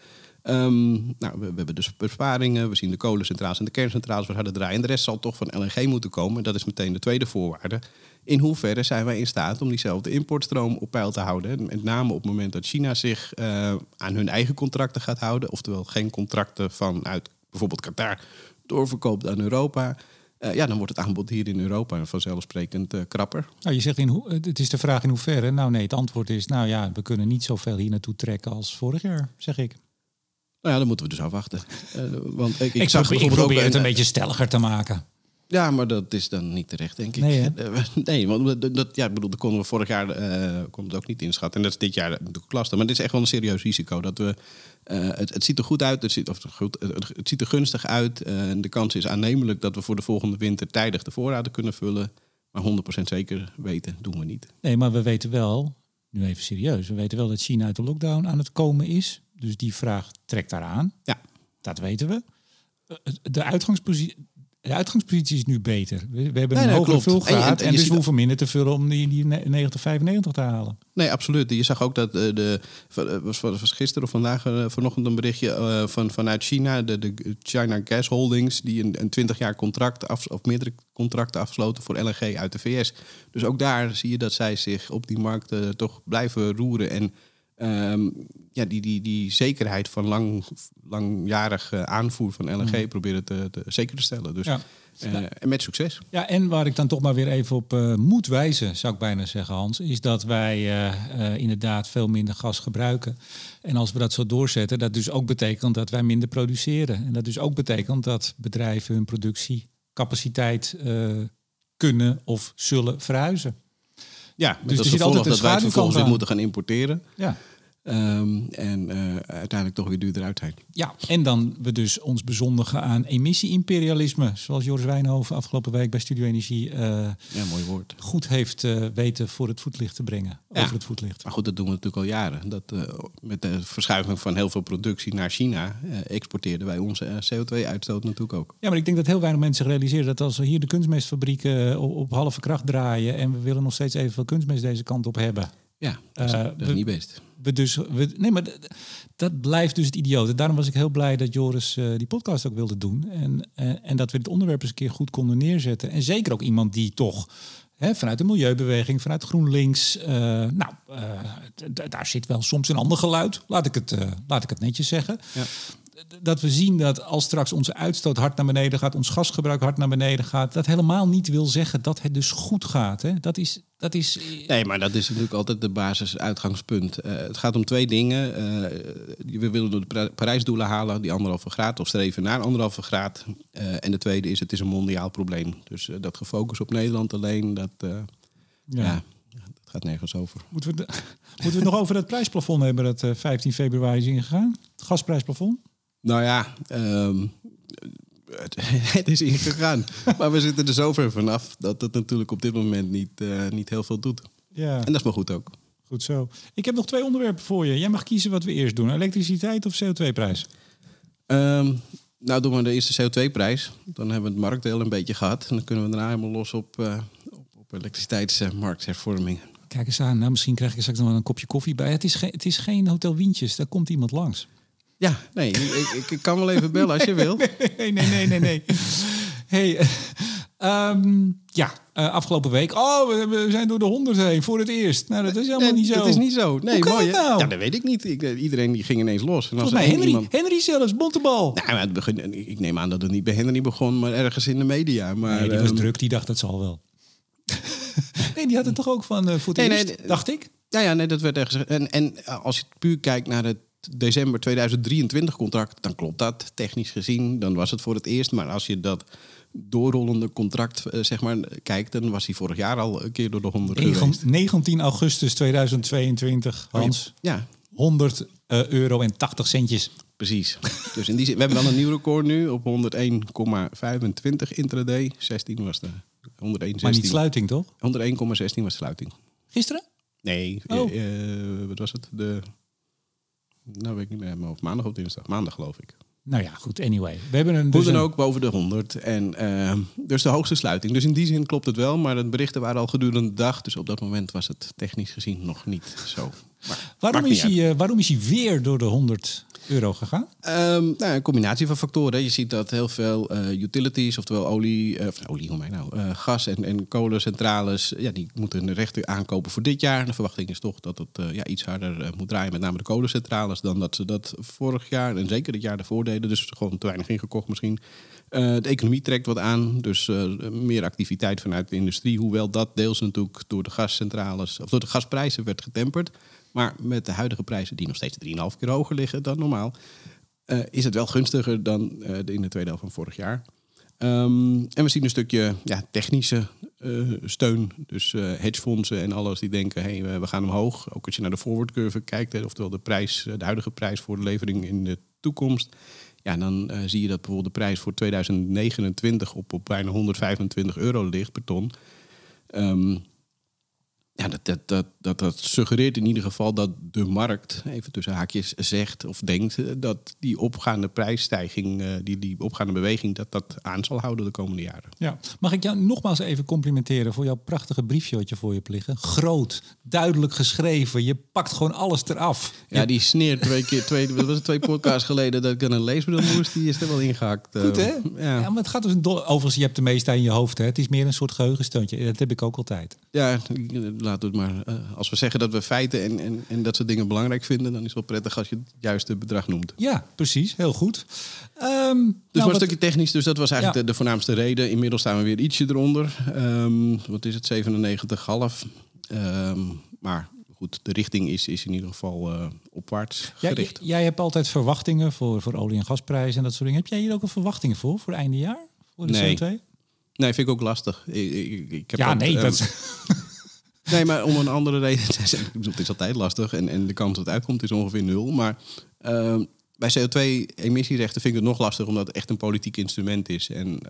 We hebben dus besparingen. We zien de kolencentrales en de kerncentrales weer harder draaien. En de rest zal toch van LNG moeten komen. Dat is meteen de tweede voorwaarde. In hoeverre zijn wij in staat om diezelfde importstroom op peil te houden? Met name op het moment dat China zich aan hun eigen contracten gaat houden. Oftewel geen contracten vanuit bijvoorbeeld Qatar doorverkoopt aan Europa. Dan wordt het aanbod hier in Europa vanzelfsprekend krapper. Nou, je zegt het is de vraag in hoeverre. Nou nee, het antwoord is, we kunnen niet zoveel hier naartoe trekken als vorig jaar, zeg ik. Nou ja, dan moeten we dus afwachten. Want ik probeer het een beetje stelliger te maken. Ja, maar dat is dan niet terecht, denk ik. Nee, want dat konden we vorig jaar kon het ook niet inschatten. En dat is dit jaar natuurlijk lastig. Maar dit is echt wel een serieus risico. Dat we, het ziet er goed uit, het ziet er gunstig uit. De kans is aannemelijk dat we voor de volgende winter tijdig de voorraden kunnen vullen. Maar 100% zeker weten doen we niet. Nee, maar we weten wel, nu even serieus, we weten wel dat China uit de lockdown aan het komen is. Dus die vraag trekt daaraan. Ja. Dat weten we. De uitgangspositie is nu beter. We hebben een hogere vulgraad en dus we hoeven minder te vullen om die 90, 95 te halen. Nee, absoluut. Je zag ook dat was gisteren of vandaag vanochtend een berichtje vanuit China. De China Gas Holdings die een 20 jaar contract of meerdere contracten afgesloten voor LNG uit de VS. Dus ook daar zie je dat zij zich op die markt toch blijven roeren en die zekerheid van langjarige aanvoer van LNG proberen te zeker te stellen. Dus, en met succes. Ja, en waar ik dan toch maar weer even op moet wijzen, zou ik bijna zeggen, Hans, is dat wij inderdaad veel minder gas gebruiken. En als we dat zo doorzetten, dat dus ook betekent dat wij minder produceren. En dat dus ook betekent dat bedrijven hun productiecapaciteit kunnen of zullen verhuizen. Ja, dus dat is gevolg dat wij het vervolgens weer moeten gaan importeren. Ja. En uiteindelijk toch weer duurder uit zijn. Ja, en dan we dus ons bezondigen aan emissie-imperialisme. Zoals Joris Wijnhoven afgelopen week bij Studio Energie mooi woord. Goed heeft weten voor het voetlicht te brengen. Over het voetlicht. Maar goed, dat doen we natuurlijk al jaren. Dat, met de verschuiving van heel veel productie naar China exporteerden wij onze CO2-uitstoot natuurlijk ook. Ja, maar ik denk dat heel weinig mensen zich realiseren dat als we hier de kunstmestfabrieken op halve kracht draaien en we willen nog steeds evenveel kunstmest deze kant op hebben. Ja, dat is niet best. Maar dat blijft dus het idioot. Daarom was ik heel blij dat Joris die podcast ook wilde doen. En dat we dit onderwerp eens een keer goed konden neerzetten. En zeker ook iemand die toch Vanuit de milieubeweging, vanuit GroenLinks. Daar zit wel soms een ander geluid. Laat ik het netjes zeggen. Ja. Dat we zien dat als straks onze uitstoot hard naar beneden gaat, ons gasgebruik hard naar beneden gaat, dat helemaal niet wil zeggen dat het dus goed gaat. Hè? Dat is... Nee, maar dat is natuurlijk altijd de basisuitgangspunt. Het gaat om 2 dingen. We willen de Parijsdoelen halen, die 1,5 graad, of streven naar 1,5 graad. En de tweede is, het is een mondiaal probleem. Dus dat gefocust op Nederland alleen, dat gaat nergens over. Moeten we het nog over dat prijsplafond hebben dat 15 februari is ingegaan? Het gasprijsplafond? Nou ja, het is ingegaan. Maar we zitten er zover vanaf dat het natuurlijk op dit moment niet heel veel doet. Ja. En dat is maar goed ook. Goed zo. Ik heb nog 2 onderwerpen voor je. Jij mag kiezen wat we eerst doen. Elektriciteit of CO2-prijs? Nou, doen we de eerste CO2-prijs. Dan hebben we het marktdeel een beetje gehad. En dan kunnen we daarna helemaal los op elektriciteitsmarkthervorming. Kijk eens aan. Nou, misschien krijg ik straks nog wel een kopje koffie bij. Het is geen Hotel Wientjes. Daar komt iemand langs. Ja, nee, ik kan wel even bellen als je wil. Nee. Hey, afgelopen week. We zijn door de 100 heen voor het eerst. Nou, dat is helemaal niet zo. Dat is niet zo. Nee, hoe kan mooi, het nou? Ja, dat weet ik niet. Iedereen die ging ineens los. En volgens mij Henry zelfs, Bontebal. Nou, ik neem aan dat het niet bij Henry begon, maar ergens in de media. Maar, nee, die was druk. Die dacht dat zal wel. Nee, die had het toch ook van voor het eerst, dacht ik? Ja, nee, dat werd ergens. En als je puur kijkt naar het december 2023 contract, dan klopt dat technisch gezien. Dan was het voor het eerst. Maar als je dat doorrollende contract kijkt, dan was hij vorig jaar al een keer door de 100 geweest. 19 augustus 2022, Hans. Ja. €100 en 80 centjes. Precies. Dus in die zin, we hebben wel een nieuw record nu op 101,25 intraday. 16 was de 101,16. Maar niet sluiting, toch? 101,16 was sluiting. Gisteren? Nee, wat was het? Nou, weet ik niet meer. Of maandag of dinsdag. Maandag, geloof ik. Nou ja, goed. Anyway. We hebben Hoe dan ook boven de 100. En dus de hoogste sluiting. Dus in die zin klopt het wel. Maar de berichten waren al gedurende de dag. Dus op dat moment was het technisch gezien nog niet zo. Maar waarom is hij weer door de €100 gegaan? Een combinatie van factoren. Je ziet dat heel veel utilities, oftewel gas- en kolencentrales, die moeten een rechter aankopen voor dit jaar. De verwachting is toch dat het iets harder moet draaien, met name de kolencentrales, dan dat ze dat vorig jaar en zeker het jaar daarvoor deden. Dus gewoon te weinig ingekocht misschien. De economie trekt wat aan, dus meer activiteit vanuit de industrie. Hoewel dat deels natuurlijk door de gascentrales of door de gasprijzen werd getemperd. Maar met de huidige prijzen, die nog steeds 3,5 keer hoger liggen dan normaal, is het wel gunstiger dan in de tweede helft van vorig jaar. En we zien een stukje technische steun. Dus hedgefondsen en alles die denken, we gaan omhoog. Ook als je naar de forward curve kijkt, oftewel de huidige prijs voor de levering in de toekomst. Ja, dan zie je dat bijvoorbeeld de prijs voor 2029 op bijna €125 ligt per ton. Dat suggereert in ieder geval dat de markt, even tussen haakjes, zegt of denkt dat die opgaande prijsstijging, die opgaande beweging, dat aan zal houden de komende jaren. Ja. Mag ik jou nogmaals even complimenteren voor jouw prachtige briefje wat je voor je hebt liggen? Groot, duidelijk geschreven. Je pakt gewoon alles eraf. Ja, die sneer twee podcasts geleden dat ik aan een leesbril moest, die is er wel ingehakt. Goed, hè? Ja, maar het gaat dus overigens, je hebt de meeste in je hoofd, hè? Het is meer een soort geheugensteuntje. Dat heb ik ook altijd. Ja, laten we het maar. Als we zeggen dat we feiten en dat soort dingen belangrijk vinden, dan is het wel prettig als je het juiste bedrag noemt. Ja, precies. Heel goed. Dus een stukje technisch, dus dat was eigenlijk de voornaamste reden. Inmiddels staan we weer ietsje eronder. Wat is het? 97,5. Maar goed, de richting is in ieder geval opwaarts gericht. Jij hebt altijd verwachtingen voor olie- en gasprijzen en dat soort dingen. Heb jij hier ook een verwachting voor einde jaar? Voor de CO2? Nee, vind ik ook lastig. Nee, maar om een andere reden te zeggen. Ik bedoel, het is altijd lastig en de kans dat het uitkomt is ongeveer 0. Maar bij CO2-emissierechten vind ik het nog lastiger omdat het echt een politiek instrument is. En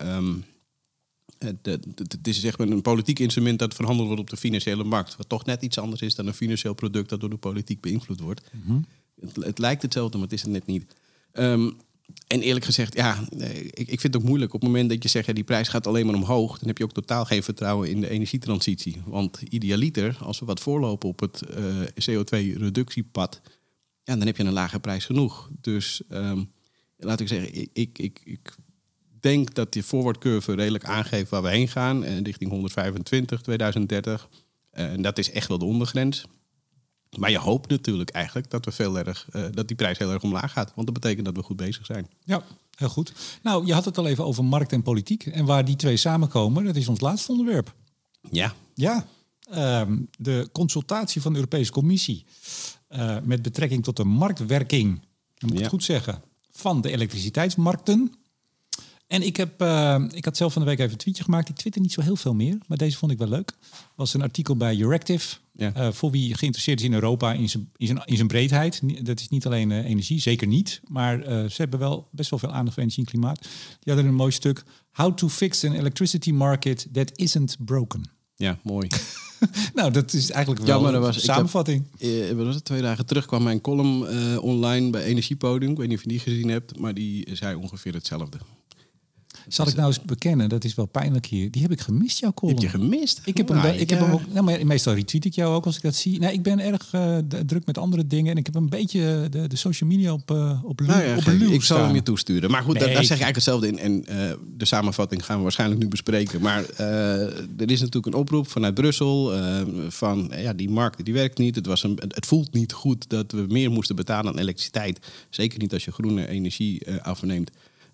het is zeg maar een politiek instrument dat verhandeld wordt op de financiële markt. Wat toch net iets anders is dan een financieel product dat door de politiek beïnvloed wordt. Mm-hmm. Het lijkt hetzelfde, maar het is het net niet. En eerlijk gezegd, ik vind het ook moeilijk. Op het moment dat je zegt, die prijs gaat alleen maar omhoog, dan heb je ook totaal geen vertrouwen in de energietransitie. Want idealiter, als we wat voorlopen op het CO2-reductiepad, dan heb je een lage prijs genoeg. Dus laat ik zeggen, ik denk dat die forward curve redelijk aangeeft waar we heen gaan. Richting 125, 2030. En dat is echt wel de ondergrens. Maar je hoopt natuurlijk eigenlijk dat die prijs heel erg omlaag gaat. Want dat betekent dat we goed bezig zijn. Ja, heel goed. Nou, je had het al even over markt en politiek. En waar die twee samenkomen, dat is ons laatste onderwerp. Ja. Ja, de consultatie van de Europese Commissie met betrekking tot de marktwerking, dat moet ik het goed zeggen, van de elektriciteitsmarkten. En ik had zelf van de week even een tweetje gemaakt. Ik twitter niet zo heel veel meer, maar deze vond ik wel leuk. Was een artikel bij Euractiv. Ja. Voor wie geïnteresseerd is in Europa in zijn breedheid. Dat is niet alleen energie, zeker niet. Maar ze hebben wel best wel veel aandacht voor energie en klimaat. Die hadden een mooi stuk. How to fix an electricity market that isn't broken. Ja, mooi. Nou, dat is eigenlijk wel een samenvatting. 2 dagen terug kwam mijn column online bij Energiepodium. Ik weet niet of je die gezien hebt, maar die zei ongeveer hetzelfde. Zal ik nou eens bekennen, dat is wel pijnlijk hier. Die heb ik gemist, jouw column. Heb je gemist? Ik heb hem ook. Nou, maar meestal retweet ik jou ook als ik dat zie. Nee, ik ben erg druk met andere dingen en ik heb een beetje de social media op luw ik zal hem je toesturen. Maar goed, daar zeg je eigenlijk hetzelfde in. En de samenvatting gaan we waarschijnlijk nu bespreken. Maar er is natuurlijk een oproep vanuit Brussel van die markt die werkt niet. Het voelt niet goed dat we meer moesten betalen aan elektriciteit. Zeker niet als je groene energie afneemt.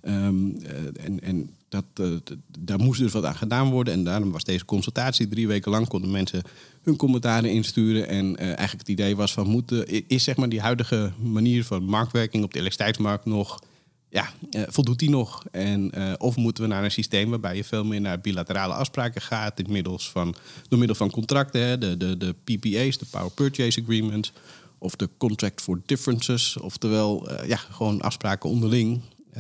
Daar moest dus wat aan gedaan worden. En daarom was deze consultatie 3 weken lang. Konden mensen hun commentaren insturen. En eigenlijk het idee was van is zeg maar die huidige manier van marktwerking op de elektriciteitsmarkt nog... voldoet die nog? En of moeten we naar een systeem waarbij je veel meer naar bilaterale afspraken gaat... door middel van contracten, de PPA's, de Power Purchase Agreements... of de Contract for Differences. Oftewel, gewoon afspraken onderling...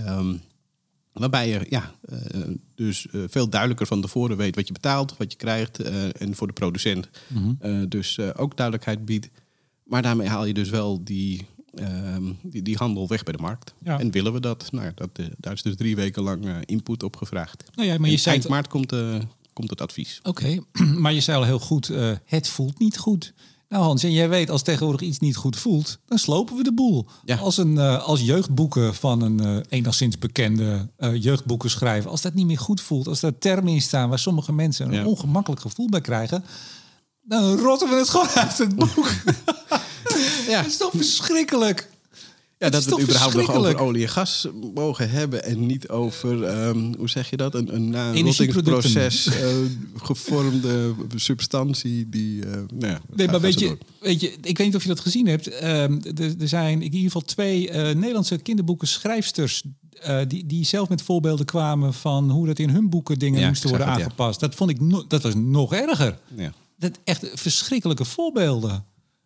waarbij je dus veel duidelijker van tevoren weet wat je betaalt, wat je krijgt. En voor de producent dus ook duidelijkheid biedt. Maar daarmee haal je dus wel die handel weg bij de markt. Ja. En willen we dat? Nou, daar is dus 3 weken lang input op gevraagd. Nou ja, maar je zei eind maart komt het advies. Oké, maar je zei al heel goed, het voelt niet goed. Nou Hans, en jij weet, als tegenwoordig iets niet goed voelt, dan slopen we de boel. Ja. Als jeugdboeken van een enigszins bekende jeugdboekenschrijver, als dat niet meer goed voelt, als daar termen in staan waar sommige mensen een ongemakkelijk gevoel bij krijgen, dan rotten we het gewoon uit het boek. Ja. Dat is toch verschrikkelijk? Ja, dat we het überhaupt nog over olie en gas mogen hebben en niet over, hoe zeg je dat? Een na een rottingsproces gevormde substantie die... nee, maar weet je, ik weet niet of je dat gezien hebt. Er zijn in ieder geval 2 Nederlandse kinderboekenschrijfsters die zelf met voorbeelden kwamen van hoe dat in hun boeken dingen moesten worden aangepast. Ja. Dat vond ik dat was nog erger. Ja. Dat echt verschrikkelijke voorbeelden.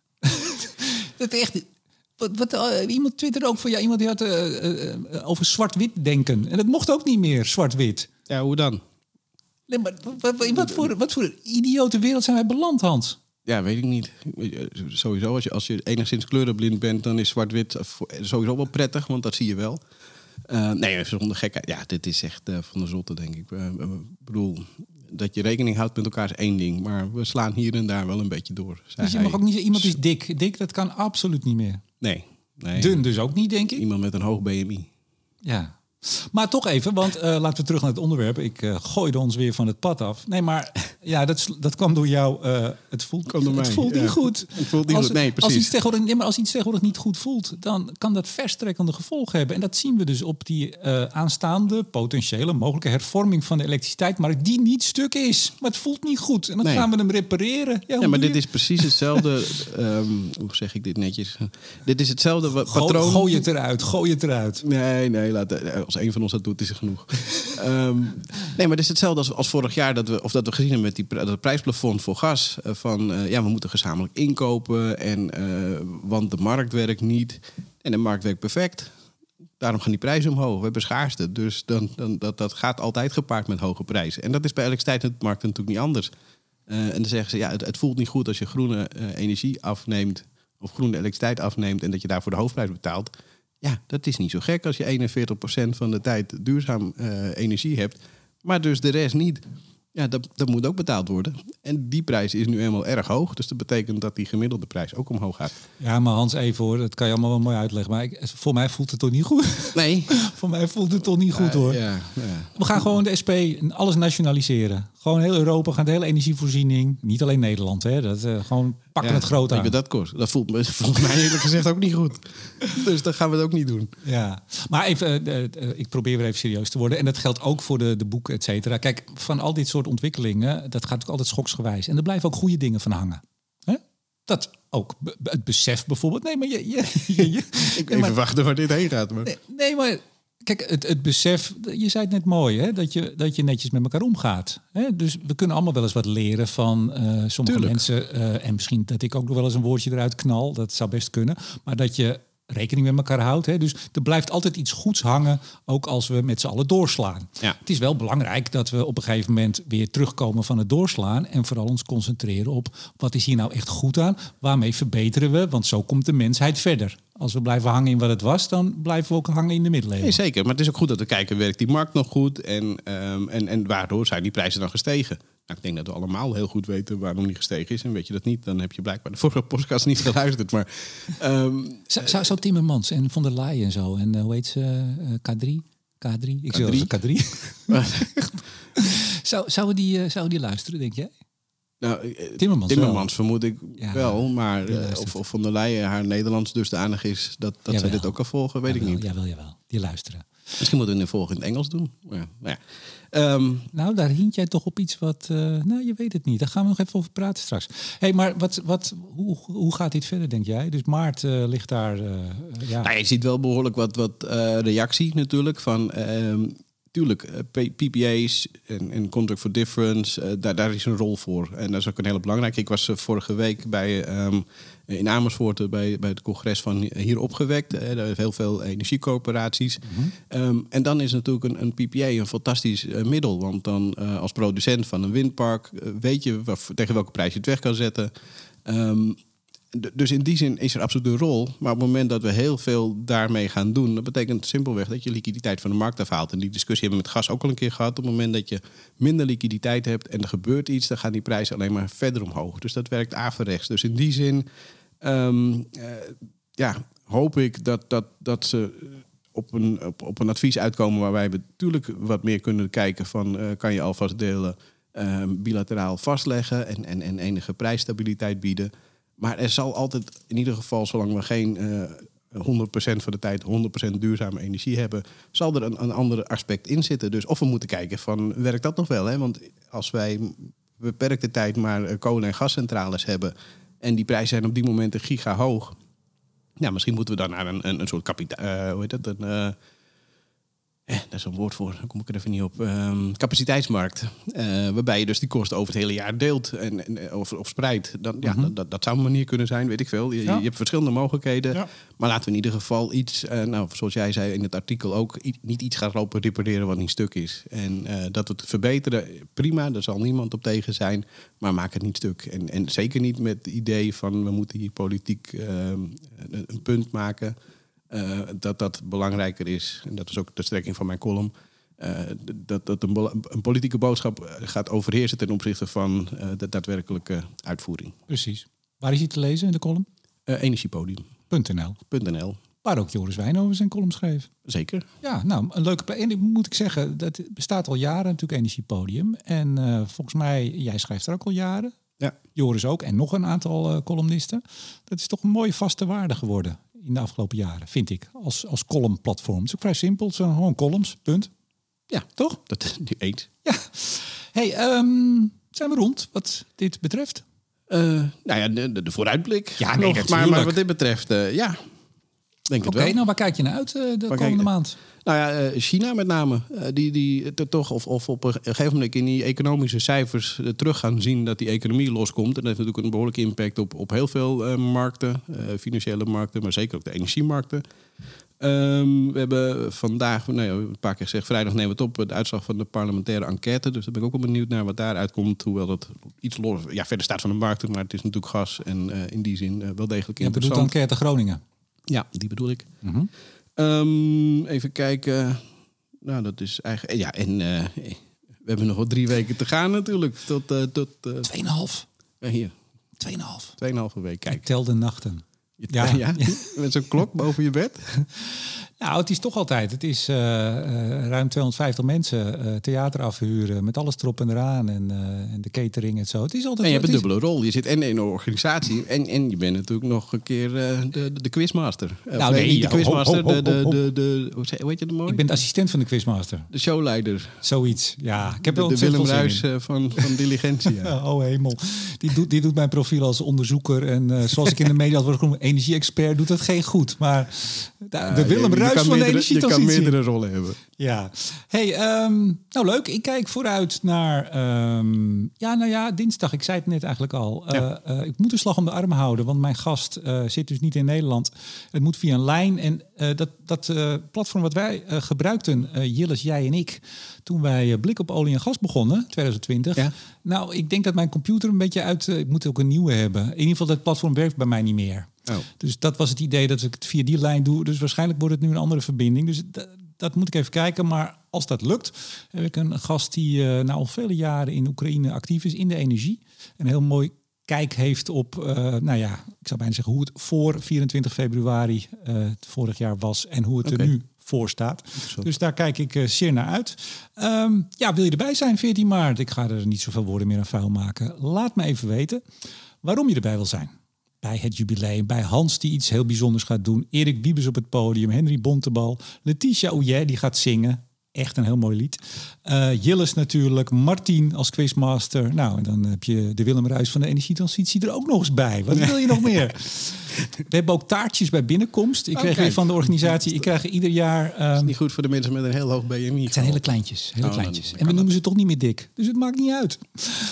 Dat echt... iemand twitterde ook van iemand die had over zwart-wit denken. En dat mocht ook niet meer, zwart-wit. Ja, hoe dan? Nee, maar wat voor idiote wereld zijn wij beland, Hans? Ja, weet ik niet. Sowieso, als je enigszins kleurenblind bent, dan is zwart-wit sowieso wel prettig, want dat zie je wel. Nee, zonder gekheid. Ja, dit is echt van de zotte, denk ik. Ik bedoel, dat je rekening houdt met elkaar is 1 ding. Maar we slaan hier en daar wel een beetje door. Dus je mag ook niet zeggen, iemand is dik. Dik, dat kan absoluut niet meer. Nee. Dun dus ook niet, denk ik. Iemand met een hoog BMI. Ja. Maar toch even, want laten we terug naar het onderwerp. Ik gooide ons weer van het pad af. Nee, maar dat kwam door jou. Het voelt niet goed. Het voelt niet goed, nee, precies. Als iets tegenwoordig niet goed voelt, dan kan dat verstrekkende gevolgen hebben. En dat zien we dus op die aanstaande, potentiële, mogelijke hervorming van de elektriciteitsmarkt, die niet stuk is. Maar het voelt niet goed. En dan gaan we hem repareren. Ja, maar dit is precies hetzelfde. Hoe zeg ik dit netjes? Dit is hetzelfde patroon. Gooi het eruit. Nee, als een van ons dat doet, is er genoeg. Nee, maar het is hetzelfde als vorig jaar dat we gezien hebben met dat prijsplafond voor gas. We moeten gezamenlijk inkopen want de markt werkt niet. En de markt werkt perfect. Daarom gaan die prijzen omhoog. We hebben schaarste. Dus dat gaat altijd gepaard met hoge prijzen. En dat is bij elektriciteitsmarkt natuurlijk niet anders. En dan zeggen ze, het voelt niet goed als je groene energie afneemt of groene elektriciteit afneemt en dat je daarvoor de hoofdprijs betaalt. Ja, dat is niet zo gek als je 41% van de tijd duurzaam energie hebt, maar dus de rest niet. Ja, dat moet ook betaald worden. En die prijs is nu eenmaal erg hoog. Dus dat betekent dat die gemiddelde prijs ook omhoog gaat. Ja, maar Hans, even hoor. Dat kan je allemaal wel mooi uitleggen. Maar voor mij voelt het toch niet goed? Nee. Voor mij voelt het toch niet goed, hoor. Ja. We gaan gewoon de SP alles nationaliseren. Gewoon heel Europa, gaan de hele energievoorziening. Niet alleen Nederland, hè. Dat, gewoon pakken het groot aan. Dat kost. Dat voelt mij eerlijk gezegd ook niet goed. Dus dan gaan we het ook niet doen. Ja, maar even, ik probeer weer even serieus te worden. En dat geldt ook voor de boeken, et cetera. Kijk, van al dit soort ontwikkelingen, dat gaat natuurlijk altijd schoksgewijs. En er blijven ook goede dingen van hangen. Hè? Dat ook. Het besef bijvoorbeeld. Nee, maar Ik even wachten waar dit heen gaat. Maar. Nee, maar kijk, het besef, je zei het net mooi, hè, dat je netjes met elkaar omgaat. Hè? Dus we kunnen allemaal wel eens wat leren van sommige mensen. En misschien dat ik ook nog wel eens een woordje eruit knal. Dat zou best kunnen. Maar dat je rekening met elkaar houdt. Hè? Dus er blijft altijd iets goeds hangen, ook als we met z'n allen doorslaan. Ja. Het is wel belangrijk dat we op een gegeven moment weer terugkomen van het doorslaan en vooral ons concentreren op wat is hier nou echt goed aan, waarmee verbeteren we, want zo komt de mensheid verder. Als we blijven hangen in wat het was, dan blijven we ook hangen in de middeleeuwen. Nee, zeker. Maar het is ook goed dat we kijken, werkt die markt nog goed? En waardoor zijn die prijzen dan gestegen? Nou, ik denk dat we allemaal heel goed weten waarom die gestegen is. En weet je dat niet, dan heb je blijkbaar de vorige podcast niet geluisterd. Maar, Zou Timmermans en Von der Leyen en zo, en hoe heet ze, K3? Ik zeg K3. Zouden die luisteren, denk jij? Nou, Timmermans vermoed ik wel, maar of Von der Leyen haar Nederlands dusdanig is dat zij dit ook kan volgen, weet ik niet. Jawel, die luisteren. Misschien moeten we het volgend in het Engels doen. Ja. Nou, daar hint jij toch op iets wat... je weet het niet. Daar gaan we nog even over praten straks. Hey, maar hoe gaat dit verder, denk jij? Dus maart ligt daar... Nou, je ziet wel behoorlijk wat reactie natuurlijk van... Tuurlijk, PPA's en Contract for Difference, daar is een rol voor. En dat is ook een hele belangrijke. Ik was vorige week in Amersfoort bij het congres van hier opgewekt. Daar zijn heel veel energiecoöperaties. Mm-hmm. En dan is natuurlijk een PPA een fantastisch middel. Want dan als producent van een windpark weet je tegen welke prijs je het weg kan zetten. Dus in die zin is er absoluut een rol. Maar op het moment dat we heel veel daarmee gaan doen... dat betekent simpelweg dat je liquiditeit van de markt afhaalt. En die discussie hebben we met gas ook al een keer gehad. Op het moment dat je minder liquiditeit hebt en er gebeurt iets... dan gaan die prijzen alleen maar verder omhoog. Dus dat werkt averechts. Dus in die zin hoop ik dat ze op een advies uitkomen... waarbij we natuurlijk wat meer kunnen kijken van... kan je alvast delen bilateraal vastleggen... en enige prijsstabiliteit bieden... Maar er zal altijd, in ieder geval, zolang we geen 100% van de tijd 100% duurzame energie hebben, zal er een ander aspect in zitten. Dus of we moeten kijken van, werkt dat nog wel? Hè? Want als wij beperkte tijd maar kolen- en gascentrales hebben en die prijzen zijn op die momenten giga hoog. Ja, misschien moeten we dan naar een soort daar is een woord voor, daar kom ik er even niet op. Capaciteitsmarkt. Waarbij je dus die kosten over het hele jaar deelt of spreidt. Dat zou een manier kunnen zijn, weet ik veel. Je hebt verschillende mogelijkheden. Ja. Maar laten we in ieder geval iets, zoals jij zei in het artikel ook, niet iets gaan lopen repareren wat niet stuk is. En dat we het verbeteren, prima, daar zal niemand op tegen zijn. Maar maak het niet stuk. En zeker niet met het idee van we moeten hier politiek een punt maken... dat belangrijker is, en dat is ook de strekking van mijn column... dat een politieke boodschap gaat overheersen ten opzichte van de daadwerkelijke uitvoering. Precies. Waar is hij te lezen in de column? Energiepodium.nl. Waar ook Joris Wijnhoven zijn column schreef. Zeker. Ja, nou, een leuke plek. En moet ik zeggen, dat bestaat al jaren natuurlijk, Energiepodium. En volgens mij, jij schrijft er ook al jaren. Ja. Joris ook en nog een aantal columnisten. Dat is toch een mooie vaste waarde geworden in de afgelopen jaren, vind ik. Als columnplatform. Het is ook vrij simpel. Het zijn gewoon columns, punt. Ja, toch? Dat is nu eens. Ja. Hey, zijn we rond wat dit betreft? De vooruitblik. Ja, nee, maar wat dit betreft, denk het wel. Oké, nou waar kijk je naar uit de komende maand? Nou ja, China met name. Die toch of op een gegeven moment in die economische cijfers terug gaan zien dat die economie loskomt. En dat heeft natuurlijk een behoorlijke impact op heel veel markten. Financiële markten, maar zeker ook de energiemarkten. We hebben vandaag, een paar keer gezegd, vrijdag nemen we het op, de uitslag van de parlementaire enquête. Dus daar ben ik ook wel benieuwd naar wat daaruit komt. Hoewel dat iets verder staat van de markten, maar het is natuurlijk gas. En in die zin wel degelijk interessant. Je bedoelt enquête Groningen? Ja, die bedoel ik. Even kijken. Nou, dat is eigenlijk... We hebben nog wel 3 weken te gaan natuurlijk. Tot 2,5. hier. 2,5. 2,5 week. Kijk. Ik tel de nachten. Ja. Met zo'n klok boven je bed. Nou, het is toch altijd. Het is ruim 250 mensen theater afhuren met alles erop en eraan en de catering en zo. Het is altijd. En je hebt een dubbele rol. Je zit en in een organisatie en je bent natuurlijk nog een keer de quizmaster. Niet de quizmaster, hoe heet je dat mooi? Ik ben de assistent van de quizmaster. De showleider. Zoiets, ja. Ik heb er de ontzettend Willem veel zin Ruijs in. van Diligentia. Oh hemel. Die doet mijn profiel als onderzoeker. En zoals ik in de media had worden genoemd, energie-expert, doet dat geen goed. Maar de Willem Ruijs van de energietransitie. Je kan meerdere rollen hebben. Ja. Hey, nou leuk. Ik kijk vooruit naar dinsdag. Ik zei het net eigenlijk al. Ik moet een slag om de arm houden, want mijn gast zit dus niet in Nederland. Het moet via een lijn. En dat platform wat wij gebruikten, Jilles, jij en ik, toen wij Blik op olie en gas begonnen, 2020. Ja. Nou, ik denk dat mijn computer een beetje ik moet ook een nieuwe hebben. In ieder geval, dat platform werkt bij mij niet meer. Oh. Dus dat was het idee dat ik het via die lijn doe. Dus waarschijnlijk wordt het nu een andere verbinding. Dus dat moet ik even kijken. Maar als dat lukt, heb ik een gast die al vele jaren in Oekraïne actief is in de energie. Een heel mooi kijk heeft op, ik zou bijna zeggen hoe het voor 24 februari vorig jaar was en hoe het er nu voor staat. Dus daar kijk ik zeer naar uit. Wil je erbij zijn 14 maart? Ik ga er niet zoveel woorden meer aan vuil maken. Laat me even weten waarom je erbij wil zijn. Bij het jubileum, bij Hans die iets heel bijzonders gaat doen. Erik Wiebes op het podium, Henry Bontebal. Letitia Ouillet die gaat zingen. Echt een heel mooi lied. Jilles natuurlijk, Martien als quizmaster. Nou, en dan heb je de Willem Ruijs van de energietransitie er ook nog eens bij. Wat wil je nog meer? We hebben ook taartjes bij binnenkomst. Ik kreeg weer van de organisatie, ik krijg ieder jaar... Dat is niet goed voor de mensen met een heel hoog BMI. Het zijn hele kleintjes. En we noemen ze toch niet meer dik. Dus het maakt niet uit.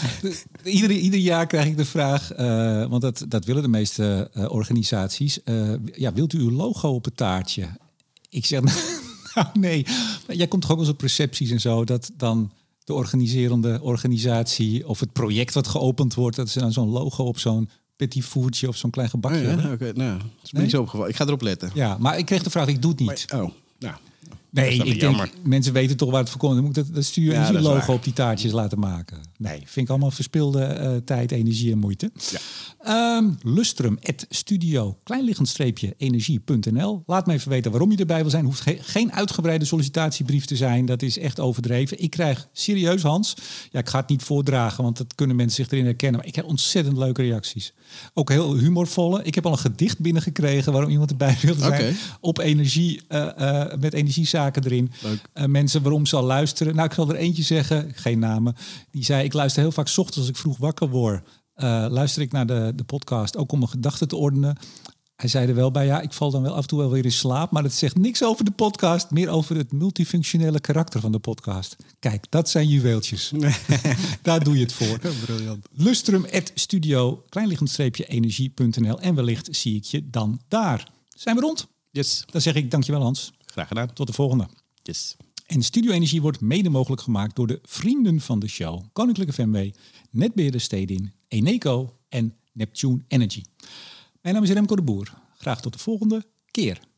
Ieder jaar krijg ik de vraag, want dat willen de meeste organisaties. Wilt u uw logo op het taartje? Ik zeg... Nou, nee, jij komt toch ook wel eens op recepties en zo, dat dan de organiserende organisatie of het project wat geopend wordt, dat ze dan zo'n logo op zo'n petit voertje of zo'n klein gebakje hebben. Oké, nou, dat is me niet zo opgevallen. Ik ga erop letten. Ja, maar ik kreeg de vraag, ik doe het niet. Nee, ik denk, mensen weten toch waar het voor komt. Dan moet ik dat stuur-energie-logo op die taartjes laten maken. Nee, vind ik allemaal verspilde tijd, energie en moeite. Ja. Lustrum@studio _energie.nl. Laat me even weten waarom je erbij wil zijn. Hoeft geen uitgebreide sollicitatiebrief te zijn. Dat is echt overdreven. Ik krijg serieus, Hans. Ja, ik ga het niet voordragen, want dat kunnen mensen zich erin herkennen. Maar ik krijg ontzettend leuke reacties. Ook heel humorvolle. Ik heb al een gedicht binnengekregen waarom iemand erbij wilde zijn. Op energie, met energiezaken erin. Mensen waarom ze al luisteren. Nou, ik zal er eentje zeggen, geen namen. Die zei, ik luister heel vaak 's ochtends als ik vroeg wakker word. Luister ik naar de podcast, ook om mijn gedachten te ordenen. Hij zei er wel bij, ik val dan wel af en toe wel weer in slaap. Maar het zegt niks over de podcast, meer over het multifunctionele karakter van de podcast. Kijk, dat zijn juweeltjes. Daar doe je het voor. Briljant. Lustrum@studio _energie.nl. En wellicht zie ik je dan daar. Zijn we rond? Yes. Dan zeg ik dankjewel, Hans. Graag gedaan. Tot de volgende. Yes. En Studio Energie wordt mede mogelijk gemaakt door de vrienden van de show. Koninklijke FMW, Netbeheerder Stedin, Eneco en Neptune Energy. Mijn naam is Remco de Boer. Graag tot de volgende keer.